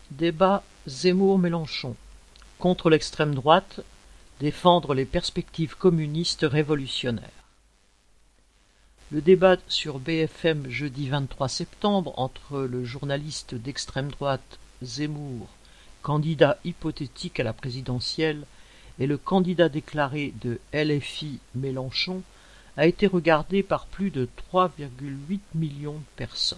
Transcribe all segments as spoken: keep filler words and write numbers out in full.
Débat Zemmour-Mélenchon. Contre l'extrême droite, défendre les perspectives communistes révolutionnaires. Le débat sur B F M jeudi vingt-trois septembre entre le journaliste d'extrême droite Zemmour, candidat hypothétique à la présidentielle, et le candidat déclaré de L F I Mélenchon a été regardé par plus de trois virgule huit millions de personnes.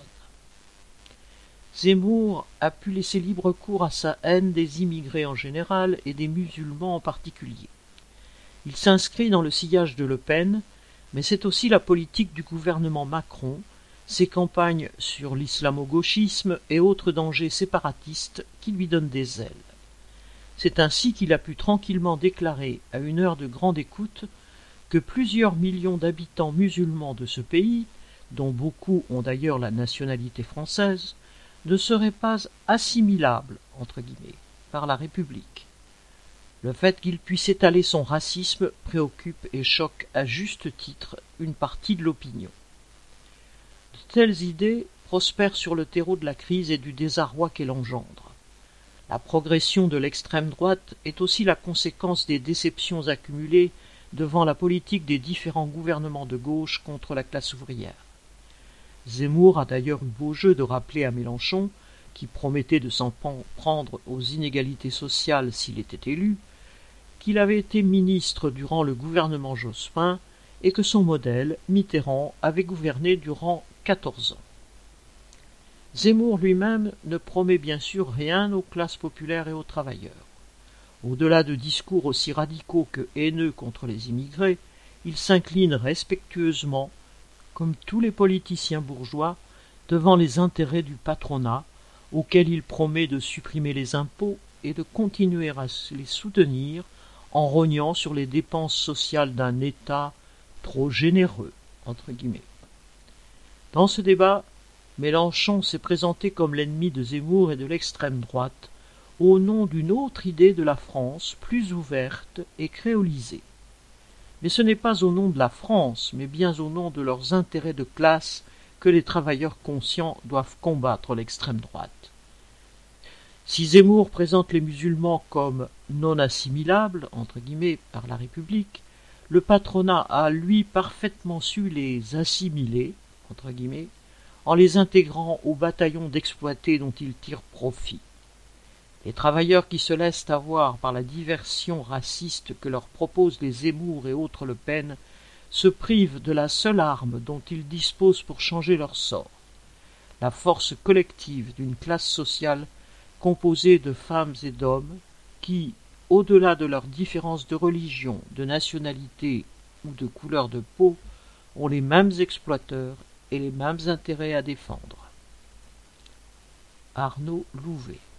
Zemmour a pu laisser libre cours à sa haine des immigrés en général et des musulmans en particulier. Il s'inscrit dans le sillage de Le Pen, mais c'est aussi la politique du gouvernement Macron, ses campagnes sur l'islamo-gauchisme et autres dangers séparatistes qui lui donnent des ailes. C'est ainsi qu'il a pu tranquillement déclarer à une heure de grande écoute que plusieurs millions d'habitants musulmans de ce pays, dont beaucoup ont d'ailleurs la nationalité française, ne seraient pas assimilables, entre guillemets, par la République. Le fait qu'il puisse étaler son racisme préoccupe et choque à juste titre une partie de l'opinion. De telles idées prospèrent sur le terreau de la crise et du désarroi qu'elle engendre. La progression de l'extrême droite est aussi la conséquence des déceptions accumulées devant la politique des différents gouvernements de gauche contre la classe ouvrière. Zemmour a d'ailleurs eu beau jeu de rappeler à Mélenchon, qui promettait de s'en prendre aux inégalités sociales s'il était élu, qu'il avait été ministre durant le gouvernement Jospin et que son modèle, Mitterrand, avait gouverné durant quatorze ans. Zemmour lui-même ne promet bien sûr rien aux classes populaires et aux travailleurs. Au-delà de discours aussi radicaux que haineux contre les immigrés, il s'incline respectueusement, comme tous les politiciens bourgeois, devant les intérêts du patronat, auquel il promet de supprimer les impôts et de continuer à les soutenir en rognant sur les dépenses sociales d'un État trop généreux, entre guillemets. Dans ce débat, Mélenchon s'est présenté comme l'ennemi de Zemmour et de l'extrême droite, au nom d'une autre idée de la France plus ouverte et créolisée. Mais ce n'est pas au nom de la France, mais bien au nom de leurs intérêts de classe que les travailleurs conscients doivent combattre l'extrême droite. Si Zemmour présente les musulmans comme non assimilables, entre guillemets, par la République, le patronat a, lui, parfaitement su les assimiler, entre guillemets, en les intégrant au bataillon d'exploités dont il tire profit. Les travailleurs qui se laissent avoir par la diversion raciste que leur proposent les Zemmour et autres Le Pen se privent de la seule arme dont ils disposent pour changer leur sort, la force collective d'une classe sociale composée de femmes et d'hommes qui, au-delà de leurs différences de religion, de nationalité ou de couleur de peau, ont les mêmes exploiteurs et les mêmes intérêts à défendre. Arnaud Louvet.